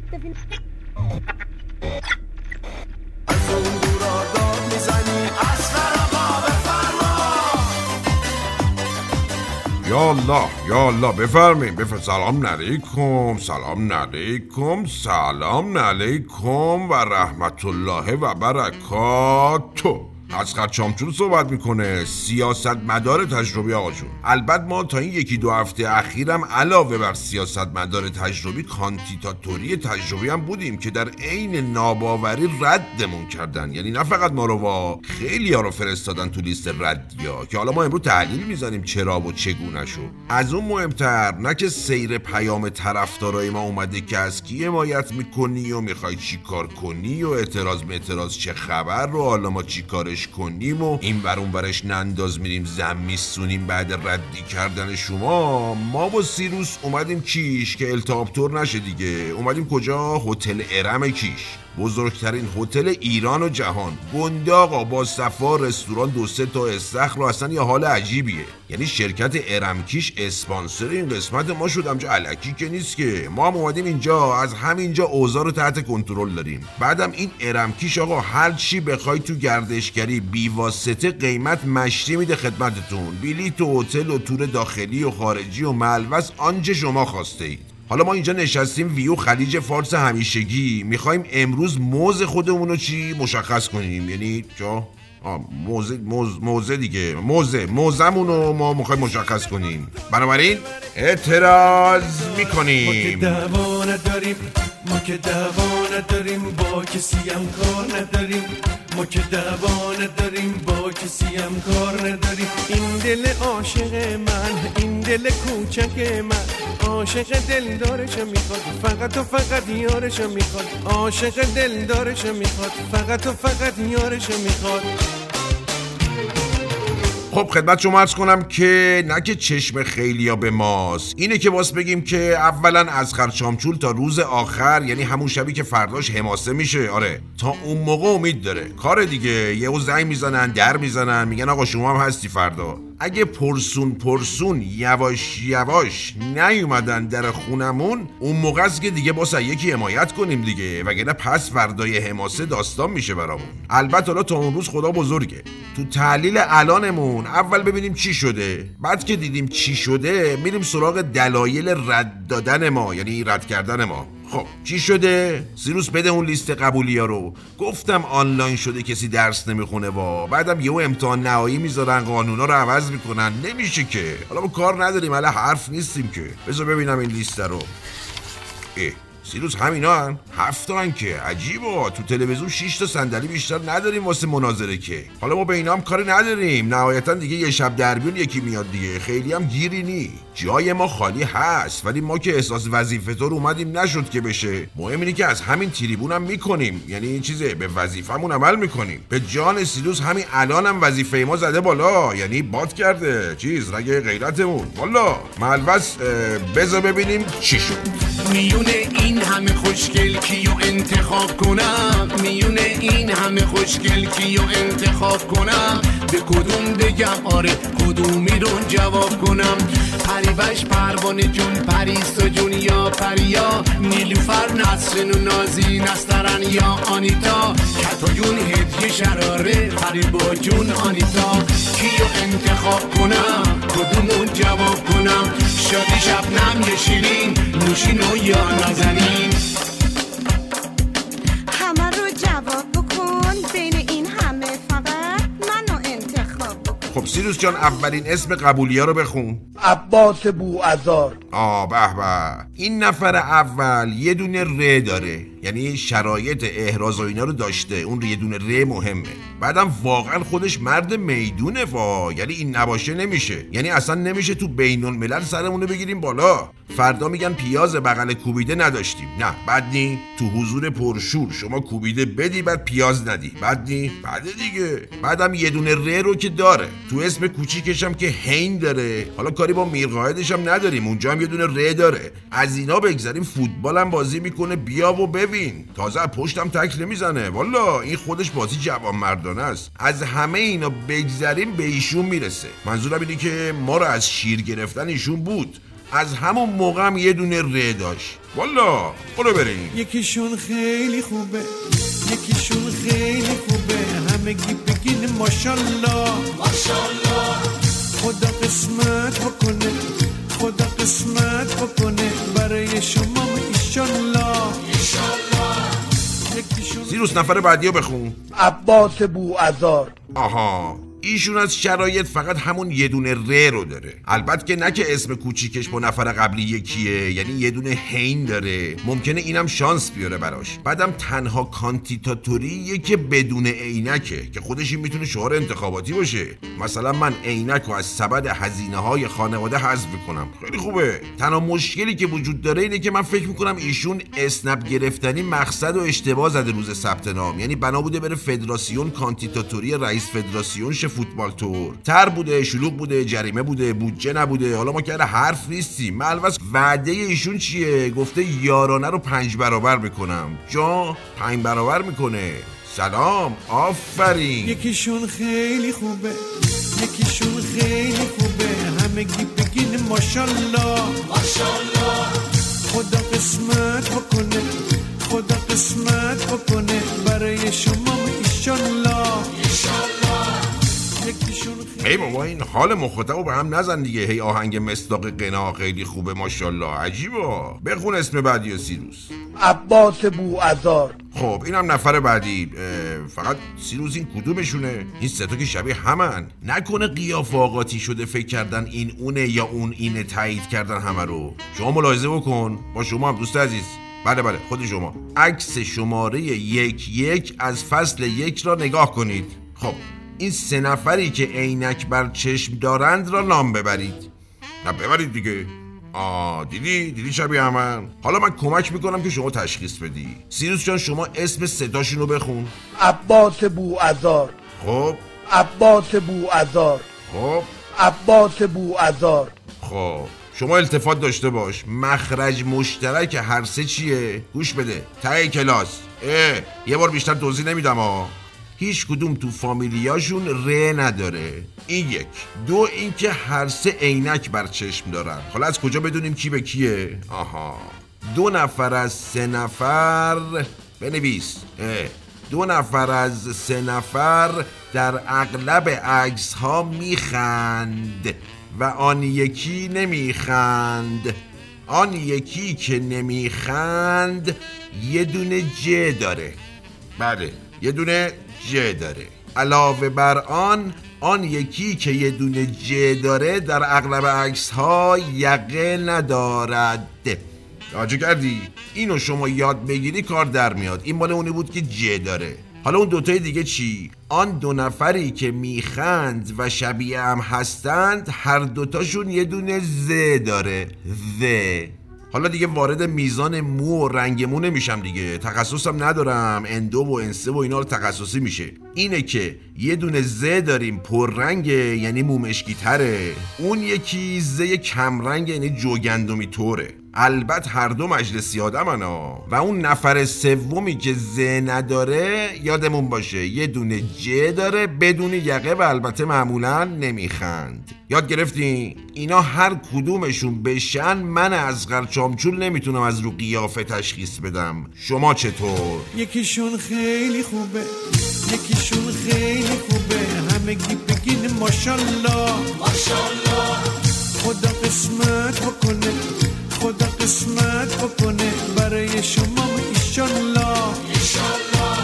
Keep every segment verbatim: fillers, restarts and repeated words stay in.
از اون دورا داد میزنی اصغر آقا بفرما. یا الله یا الله بفرمایید بفرمایید. سلام علیکم سلام علیکم سلام علیکم و رحمت الله و برکاته. اصغر شامچو صحبت میکنه، سیاستمدار تجربی آقا جون. البته ما تا این یکی دو هفته اخیرم علاوه بر سیاستمدار تجربی کانتیتاتوری تجربی هم بودیم که در عین ناباوری ردمون کردن. یعنی نه فقط ما رو، وا خیلی ها رو فرستادن تو لیست ردیا که حالا ما امروز تحلیل میزنیم چرا و چگونه شو. از اون مهمتر نه که سیر پیام طرفدارای ما اومده که از کی حمایت میکنی و میخوای چی کار کنی و اعتراض به اعتراض چه خبر رو حالا ما چی کارش کنیم و این بر اون برش ننداز میریم زم میسونیم بعد ردی کردن شما. ما با سیروس اومدیم کیش که التهاب تور نشه دیگه. اومدیم کجا؟ هتل ارم کیش، بزرگترین هتل ایران و جهان. گنده آقا با صفا، رستوران، دو سه تا استخر، اصلا یه حال عجیبیه. یعنی شرکت ارمکیش اسپانسر این قسمت ما شد، همجا الکی که نیست که. ما هم اومدیم اینجا از همینجا اوضاع رو تحت کنترل داریم. بعدم این ارمکیش آقا هر چی بخوای تو گردشگری بی واسطه قیمت مشتی میده خدمتتون. بلیط و هتل و تور داخلی و خارجی و ملوث آنچه شما خواسته اید. حالا ما اینجا نشستیم ویو خلیج فارس همیشگی، میخوایم امروز موز خودمون رو چی مشخص کنیم. یعنی جا موزه موز موزه دیگه موزه موزمون رو ما میخوایم مشخص کنیم. بنابراین اعتراض میکنیم. ما که دعوا نداریم، ما که دعوا نداریم، با کسی هم کار نداریم. ما که دعوا نداریم، با کسی هم کار نداریم. این دل عاشق من، این دل کوچک من، عاشق دلدارشم میخواد، فقط و فقط یارشم میخواد. عاشق دلدارشم میخواد، فقط و فقط یارشم میخواد. خب خدمت شما عرض کنم که نه که چشم خیلیا به ماست، اینه که باز بگیم که اولا اصغر شامچول تا روز آخر، یعنی همون شبی که فرداش حماسه میشه، آره تا اون موقع امید داره. کار دیگه یهو زنگ میزنن، در میزنن، میگن آقا شما هم هستی فردا. اگه پرسون پرسون یواش یواش نیومدن در خونمون، اون موقع است که دیگه باسه یکی حمایت کنیم دیگه، وگرنه پس فردای حماسه داستان میشه برامون. البته حالا تا اون روز خدا بزرگه. تو تحلیل الانمون اول ببینیم چی شده، بعد که دیدیم چی شده میریم سراغ دلایل رد دادن ما، یعنی رد کردن ما. خب چی شده؟ سیروس بده اون لیست قبولی ها رو. گفتم آنلاین شده کسی درس نمیخونه وا. بعدم یهو امتحان نهایی میذارن، قانونا رو عوض میکنن. نمیشه که. حالا ما کار نداریم، حالا حرف نیستیم که. بذار ببینم این لیست رو. اه سیروس همینا هن؟ هفت تا هن که. عجیبه. تو تلویزیون شش تا صندلی بیشتر نداریم واسه مناظره که. حالا ما به اینا هم کاری نداریم. نهایتا دیگه یه شب دربیون یکی میاد دیگه. خیلی هم گیری نی. جای ما خالی هست، ولی ما که احساس وظیفه طور اومدیم نشد که بشه. مهم اینه که از همین تریبون هم میکنیم، یعنی این چیزه، به وظیفمون عمل میکنیم. به جان سیروس همین الان هم وظیفه ما زده بالا، یعنی باد کرده چیز رگ غیرتمون. والا ملوث. بذار ببینیم چی شد. میونه این همه خوشگل کیو انتخاب کنم، میونه این همه خوشگل کیو انتخاب کنم، به کدوم بگم آره کدومی رو جواب کنم. پریوش پروانه جون، پریسا جون یا پریا، نیلوفر نسرین و نازی نسترن یا آنیتا، کتا جون هدیه شراره، فریبا جون آنیتا. کیو انتخاب کنم کدومون جواب کنم، شادی شبنم یه شیرین، نوشین و یا نازنین. همه رو جواب بکن، بین این همه فقط منو انتخاب بکن. خب سیروس جان اولین اسم قبولی ها رو بخون. عباس بوعزار. آه به به. این نفر اول یه دونه ر داره، یعنی شرایط احراز و اینا رو داشته. اون یه دونه ر مهمه. بعدم واقعا خودش مرد میدونه وا، یعنی این نباشه نمیشه. یعنی اصلا نمیشه تو بین الملل سرمونو بگیریم بالا. فردا میگن پیاز بغل کوبیده نداشتیم. نه بد نی. تو حضور پرشور شما کوبیده بدی بعد پیاز ندی، بد نی؟ بده دیگه. بعدم یه دونه ر رو که داره. تو اسم کوچیکش هم که هین داره. حالا کاری با میرقائدش هم نداریم، اونجا هم یه دونه ر داره. از اینا بگذاریم فوتبال هم بازی میکنه، بیا و ببین. تازه پشتم تکل میزنه. والا این خودش بازی جوانمردانه است. از همه اینا بگذاریم به ایشون میرسه. منظورم اینه که ما رو از شیر گرفتن ایشون بود. از همون موقع هم یه دونه ر داشت. والا برو بریم. یکیشون خیلی خوبه، یکیشون خیلی خوبه، همگی بگین ماشالله ماشالله. خدا قسمت بکنه، خدا قسمت بکنه برای شما ایشالله ایشالله. سیروس نفر بعدی رو بخون. عباس بوعزار. آها، ایشون از شرایط فقط همون یه دونه ر رو داره. البته که نه که اسم کوچیکش با نفر قبلی یکیه، یعنی یه دونه هین داره، ممکنه اینم شانس بیاره براش. بعدم تنها کانتیتاتوریه که بدون عینکه که خودش این میتونه شعار انتخاباتی باشه. مثلا من عینک رو از سبد هزینه های خانواده حذف کنم، خیلی خوبه. تنها مشکلی که وجود داره اینه که من فکر میکنم ایشون اسنپ گرفتنی مقصد و اشتباه زده روز ثبت نام، یعنی بنا بوده بره فدراسیون کانتیتاتوری رئیس فدراسیون فوتبال تور. تر بوده، شلوغ بوده، جریمه بوده، بودجه نبوده. حالا ما که حرف نیستیم. ملوث وعده ایشون چیه؟ گفته یارانه رو پنج برابر میکنم. جا پنج برابر میکنه. سلام، آفرین. یکیشون خیلی خوبه، یکیشون خیلی خوبه، همگی بگین ماشالله ماشالله. خدا قسمت بکنه، خدا قسمت بکنه برای شما ایشالله ایشالله. ای بابا این حال مخاطبو به هم نزن دیگه. هی آهنگ مصداق قنا خیلی خوبه ماشالله. عجیبا. بخون اسم بعدی سیروس. عباس بوعزار. خب اینم نفر بعدی. فقط سیروس این کدومشونه؟ این سه تا که شبیه همن. نکنه قیافه آقاتی شده فکر کردن این اونه یا اون اینه، تایید کردن همه رو. شما ملاحظه بکن. با شما هم دوست عزیز. بله بله خود شما. عکس شماره یک یک از فصل یک را نگاه کنید. خب این سه نفری که عینک بر چشم دارند را نام ببرید. نه ببرید دیگه. آه دیدی دیدی شبیه همن. حالا من کمک میکنم که شما تشخیص بدی. سیروس جان شما اسم سه تاشون رو بخون. عباس بوعزار. خب عباس بوعزار. خب عباس بوعزار. خب شما التفات داشته باش. مخرج مشترک هر سه چیه؟ گوش بده. ته کلاس. اه یه بار بیشتر توضیح نمیدم ها. هیچ کدوم تو فامیلیاشون ر نداره. این یک. دو اینکه هر سه عینک بر چشم دارن. حالا از کجا بدونیم کی به کیه؟ آها دو نفر از سه نفر. بنویس. دو نفر از سه نفر در اغلب عکس ها میخند و آن یکی نمیخند. آن یکی که نمیخند یه دونه ج داره. بله یه دونه ج داره. علاوه بر آن آن یکی که یه دونه ج داره در اغلب عکس ها یقه ندارد. توجه کردی؟ اینو شما یاد بگیری کار در میاد. این مال اونی بود که ج داره. حالا اون دوتای دیگه چی؟ آن دو نفری که میخند و شبیه هم هستند هر دوتاشون یه دونه ز داره. ز. حالا دیگه وارد میزان مو و رنگ مو نمیشم دیگه، تخصصم ندارم. اندو و انسه و اینا رو تخصصی میشه. اینه که یه دونه ز داریم پررنگه یعنی مو مشکی تره، اون یکی ز کم رنگ یعنی جوگندمی طوره. البته هر دو مجلسی آدمن ها. و اون نفر سومی که ز نداره یادمون باشه یه دونه ج داره بدون یقه و البته معمولا نمیخند. یاد گرفتین؟ اینا هر کدومشون بشن من اصغر چامچول نمیتونم از رو قیافه تشخیص بدم. شما چطور؟ یکیشون خیلی خوبه، یکیشون خیلی خوبه، همگی بگین ماشالله ماشالله. خدا قسمت بکنه، خدا قسمت بکنه برای شما ایشالله ایشالله.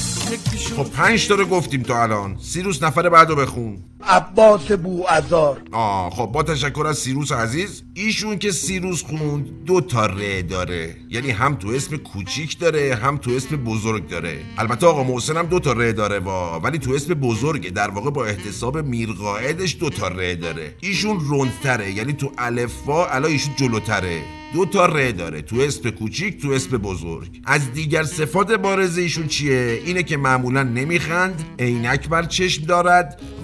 خب پنج تا رو گفتیم تا الان. سیروس نفر بعدو بخون. عباس بوعزار. آه خب با تشکر از سیروس عزیز. ایشون که سیروس خوند دو تا ر داره، یعنی هم تو اسم کوچیک داره هم تو اسم بزرگ داره. البته آقا محسن هم دو تا ر داره وا، ولی تو اسم بزرگه، در واقع با احتساب میرقائدش دو تا ر داره. ایشون رندتره، یعنی تو الفبا الا ایشون جلوتره. دو تا ر داره تو اسم کوچیک تو اسم بزرگ. از دیگر صفات بارز ایشون چیه؟ اینه که معمولا نمیخند، عینک بر چشم دارد، وارد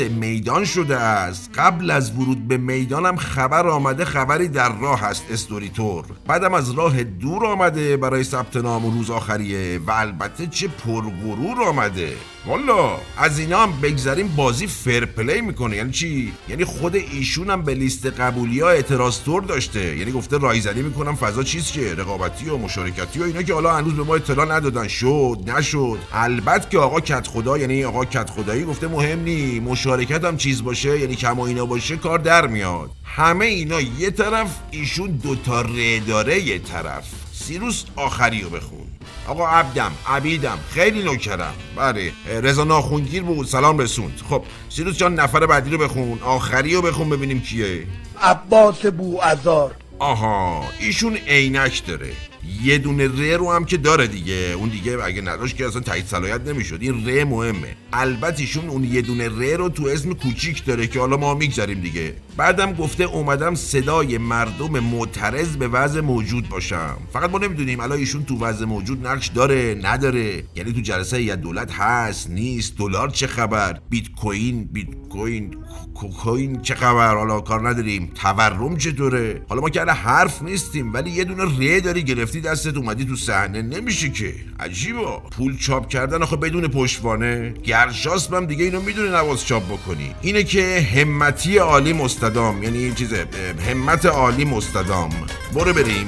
میدان شده است. قبل از ورود به میدانم خبر آمده خبری در راه است استوریتور. بعدم از راه دور آمده برای ثبت نام و روز آخریه و البته چه پرغرور آمده. والا از اینا هم بگذاریم بازی فرپلی میکنه. یعنی چی؟ یعنی خود ایشون هم به لیست قبولی ها اعتراض طور داشته. یعنی گفته رایزنی میکنم فضا چیز که رقابتی و مشارکتی و اینا که حالا هنوز به ما اطلاع ندادن شد نشد. البته که آقا کت خدا یعنی آقا کت خدایی گفته مهم نی، مشارکت هم چیز باشه یعنی کم و اینا باشه کار در میاد. همه اینا یه طرف، ایشون دوتا ر داره یه طرف. سیروس آخریو بخون. آقا عبدم عبیدم خیلی نوکرم. بله رضا ناخونگیر بود سلام رسوند. خب سیروس جان نفر بعدی رو بخون، آخری رو بخون ببینیم کیه. عباس بوعزار. آها ایشون عینک داره، یه دونه ر رو هم که داره دیگه، اون دیگه اگه نداشت که اصلا تایید صلاحیت نمیشد. این ر مهمه. البته ایشون اون یه دونه ر رو تو اسم کوچیک داره که حالا ما میگذاریم دیگه. بعدم گفته اومدم صدای مردم معترض به وضع موجود باشم. فقط ما نمیدونیم الان ایشون تو وضع موجود نقش داره نداره، یعنی تو جلسه هیئت دولت هست نیست، دلار چه خبر، بیت کوین بیت کوین کوکوین چه خبر، حالا کار نداریم، تورم چطوره. حالا ما که الان حرف نیستیم ولی یه دونه ر داری گرفتی دستت اومدی تو صحنه، نمیشه که. عجیبا پول چاپ کردن آخه بدون پشتوانه. گرشاسب هم دیگه اینو میدونه نواز چاپ بکنی. اینه که همتی عالی مستدام، یعنی چیزه همت عالی مستدام. برو بریم.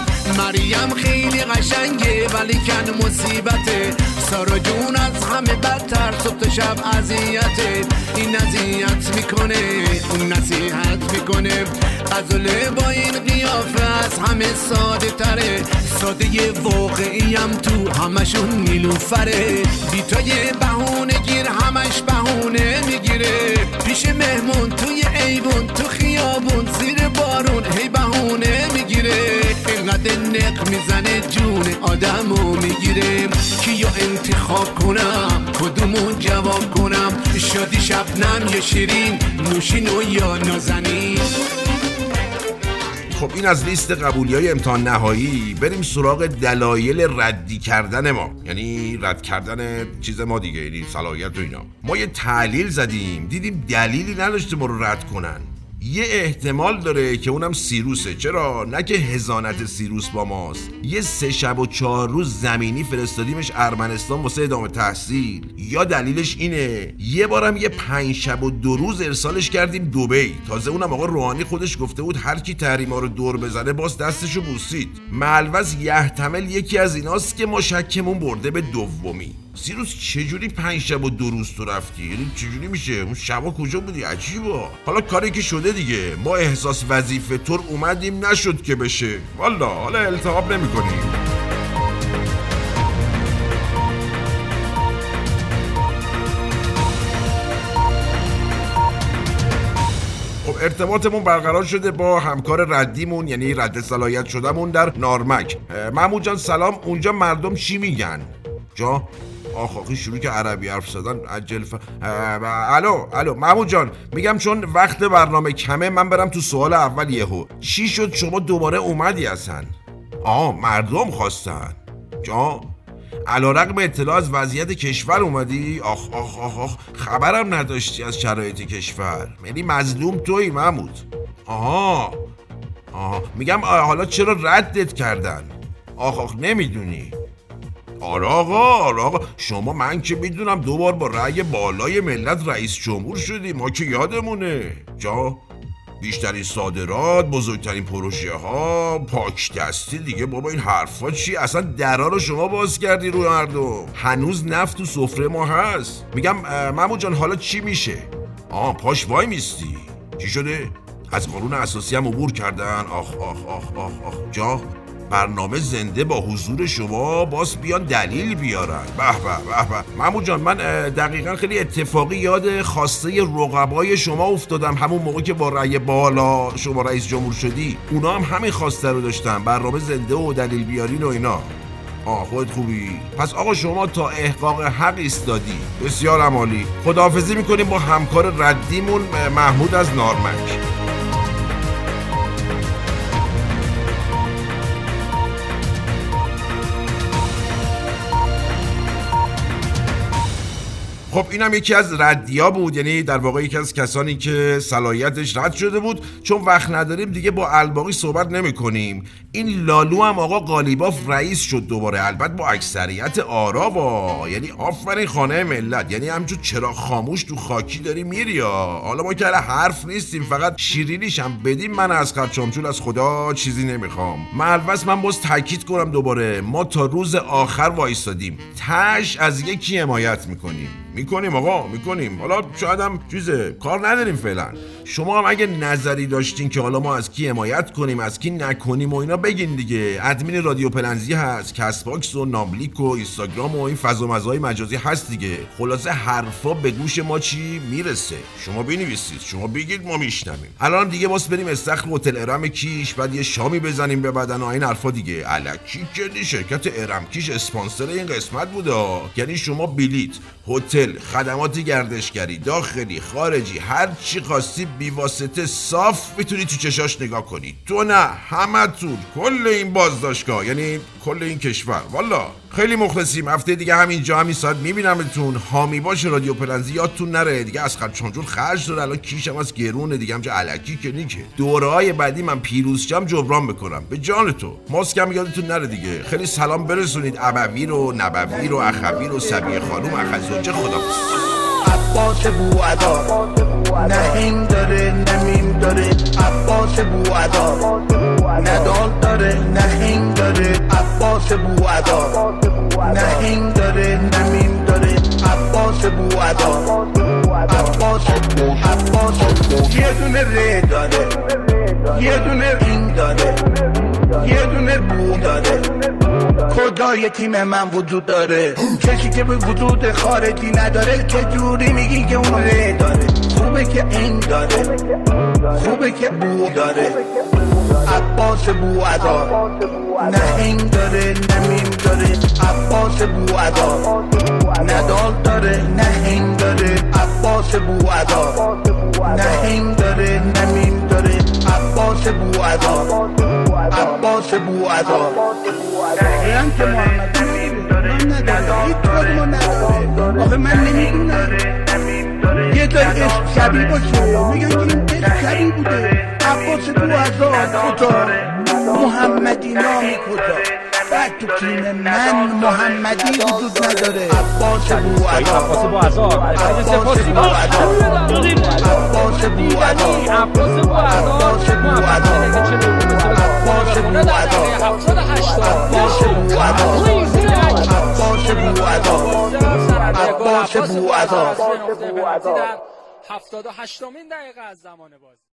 مریم خیلی قشنگه ولی کن مصیبته، سارا جون از همه بدتر صبح تا شب اذیته. این اذیت میکنه اون نصیحت میکنه، غزاله با این قیافه از همه ساده تره، ساده واقعی هم تو همشون نیلوفره، بیتای بهونه گیر همش بهونه میگیره، پیش مهمون توی ایوون تو خیابون زیر بارون هی بهونه میگیره، اینقدر نق میزنه جون آدمو میگیره، کیو انتخاب کنم کدومو جواب کنم، شادی شبنم یا شیرین، نوشین و یا نازنین. خب این از لیست قبولی‌های امتحان نهایی. بریم سراغ دلایل ردی کردن ما، یعنی رد کردن چیز ما دیگه، یعنی صلاحیت و اینا. ما یه تحلیل زدیم دیدیم دلیلی نداشته ما رو رد کنن. یه احتمال داره که اونم سیروسه. چرا؟ نه که هزانت سیروس با ماست. یه سه شب و چهار روز زمینی فرستادیمش ارمنستان واسه ادامه تحصیل. یا دلیلش اینه یه بارم یه پنج شب و دو روز ارسالش کردیم دبی. تازه اونم آقا روحانی خودش گفته بود هر کی تحریما رو دور بزنه باز دستشو بوسید. ملوث یحتمل یکی از ایناست که ما شکمون برده به دومی. سیروس چجوری پنج شب و دو روز تو رفتی؟ یعنی چجوری میشه؟ اون شبا کجا بودی؟ عجیبا. حالا کاری که شده دیگه، ما احساس وظیفه طور اومدیم نشد که بشه. والا حالا التهاب نمی کنیم. خب ارتباطمون برقرار شده با همکار ردیمون، یعنی رد صلاحیت شدمون در نارمک. محمود جان سلام، اونجا مردم چی میگن؟ جا آخاقی شروع که عربی حرف زدن عجل ف... الو الو محمود جان، میگم چون وقت برنامه کمه من برم تو سوال اول یهو. چی شد شما دوباره اومدی اصلا؟ آه مردم خواستن. جا علیرغم اطلاع از وضعیت کشور اومدی؟ آخ آخ آخ آخ خبرم نداشتی از شرایط کشور. یعنی مظلوم تویی محمود. آها آها میگم حالا چرا ردت کردن؟ آخ آخ نمیدونی. آره آقا آره آقا شما من که میدونم دوبار با رأی بالای ملت رئیس جمهور شدی، ما که یادمونه. جا بیشترین صادرات، بزرگترین پروژه ها، پاک دستی دیگه. بابا این حرفا چی؟ اصلا درا رو شما باز کردی روی مردم. هنوز نفت تو سفره ما هست. میگم محمود جان حالا چی میشه؟ آه پاش وای میستی. چی شده؟ از قانون اساسی هم عبور کردن. آخ آخ آخ آخ آخ جا برنامه زنده با حضور شما باز بیان دلیل بیارن. به به به به محمود جان، من دقیقا خیلی اتفاقی یاد خواسته رقبای شما افتادم همون موقع که با رأی بالا شما رئیس جمهور شدی. اونا هم همین خواسته رو داشتن، برنامه زنده و دلیل بیارین و اینا. آه خودت خوبی؟ پس آقا شما تا احقاق حق ایستادی. بسیار عالی. خداحافظی میکنیم با همکار ردیمون محمود از نارمک. خب خب اینم یکی از ردیا بود، یعنی در واقع یکی از کسانی که صلاحیتش رد شده بود. چون وقت نداریم دیگه با الباقی صحبت نمی کنیم. این لالو هم آقا قالیباف رئیس شد دوباره، البته با اکثریت آرا با، یعنی آفرین خانه ملت، یعنی همچون چرا خاموش تو خاکی داری میری ها. حالا ما که حرف نیستیم، فقط شیرینیش هم بدیم. من از خرچامچول از خدا چیزی نمیخوام. ملوث من باز تاکید کنم دوباره، ما تا روز آخر وایستادیم، تش از یکی حمایت میکنیم میکنیم آقا میکنیم. حالا شاید هم چیزه کار نداریم فعلا. شما هم اگه نظری داشتین که حالا ما از کی حمایت کنیم از کی نکنیم و اینا بگین دیگه. ادمین رادیو پلنزی هست، کست باکس و ناملیک و اینستاگرام و این فضا مزای مجازی هست دیگه. خلاصه حرفا به گوش ما چی میرسه، شما بنویسید، شما بگید، ما میشنویم. الان دیگه باز بریم استخر هتل ارم کیش، بعد یه شامی بزنیم به بدن و این حرفا دیگه. الکی که شرکت ارم کیش اسپانسر این قسمت بوده، یعنی شما بلیت، هتل، خدمات گردشگری داخلی خارجی، هر چی خواستی بی واسطه صاف میتونی تو چشاش نگاه کنی. تو نه، همتون، کل این بازداشتگاه، یعنی کل این کشور. والا خیلی مخلصیم. هفته دیگه همینجا همین ساعت میبینمتون. حامی باش رادیو پلنزی، یادتون نره دیگه. از خرچامچول خرج داره، الان کیشم از گرونه دیگه، همچه الکی که نیکه. دوره‌های بعدی من پیروز شم جبران بکنم به جان تو. ماسکم یادتون نره دیگه. خیلی سلام برسونید ابوی رو، نبوی رو، اخوی رو، سبیه خانوم، اخزوجه. خدافظ. عباس بوعدا نه هین داره نه میم داره. عباس بوعدا نه دال داره نه هین داره. عباس بوعدا نه هین داره نه میم داره. عباس بوعدا عباس عباس یه دونه ره داره، یه دونه این داره، یه دونه بو داره. خدای تیم من وجود داره، کسی که به وجود خارجی نداره. که جوری میگی که اون ره داره؟ خوبه که این داره، خوبه که بو داره. عباس بوعدا نه این داره نه میم داره. عباس بوعدا نه دال داره نه این داره. عباس بوعدا نه این داره نه میم داره. عباس بوعدا عباس بوعدا دقیقا که محمد من نداره، هیچ کدومو نداره. آخه من نمیدونم یه داری اسم شبیه باشه، میگن که این اسم شبیه بوده. عباس بوعدا کجا؟ محمدی نامی کجا؟ بعد تو تیم من محمدی وجود نداره. عباس بوعدا عباس بوعدا عباس بوعدا عباس بوعدا عباس بوعدا عباس بوعدا هفتاد و هشت عباس بوعدا عباس بوعدا عباس بوعدا در هفتاد و هشتمین دقیقه از زمان بازی.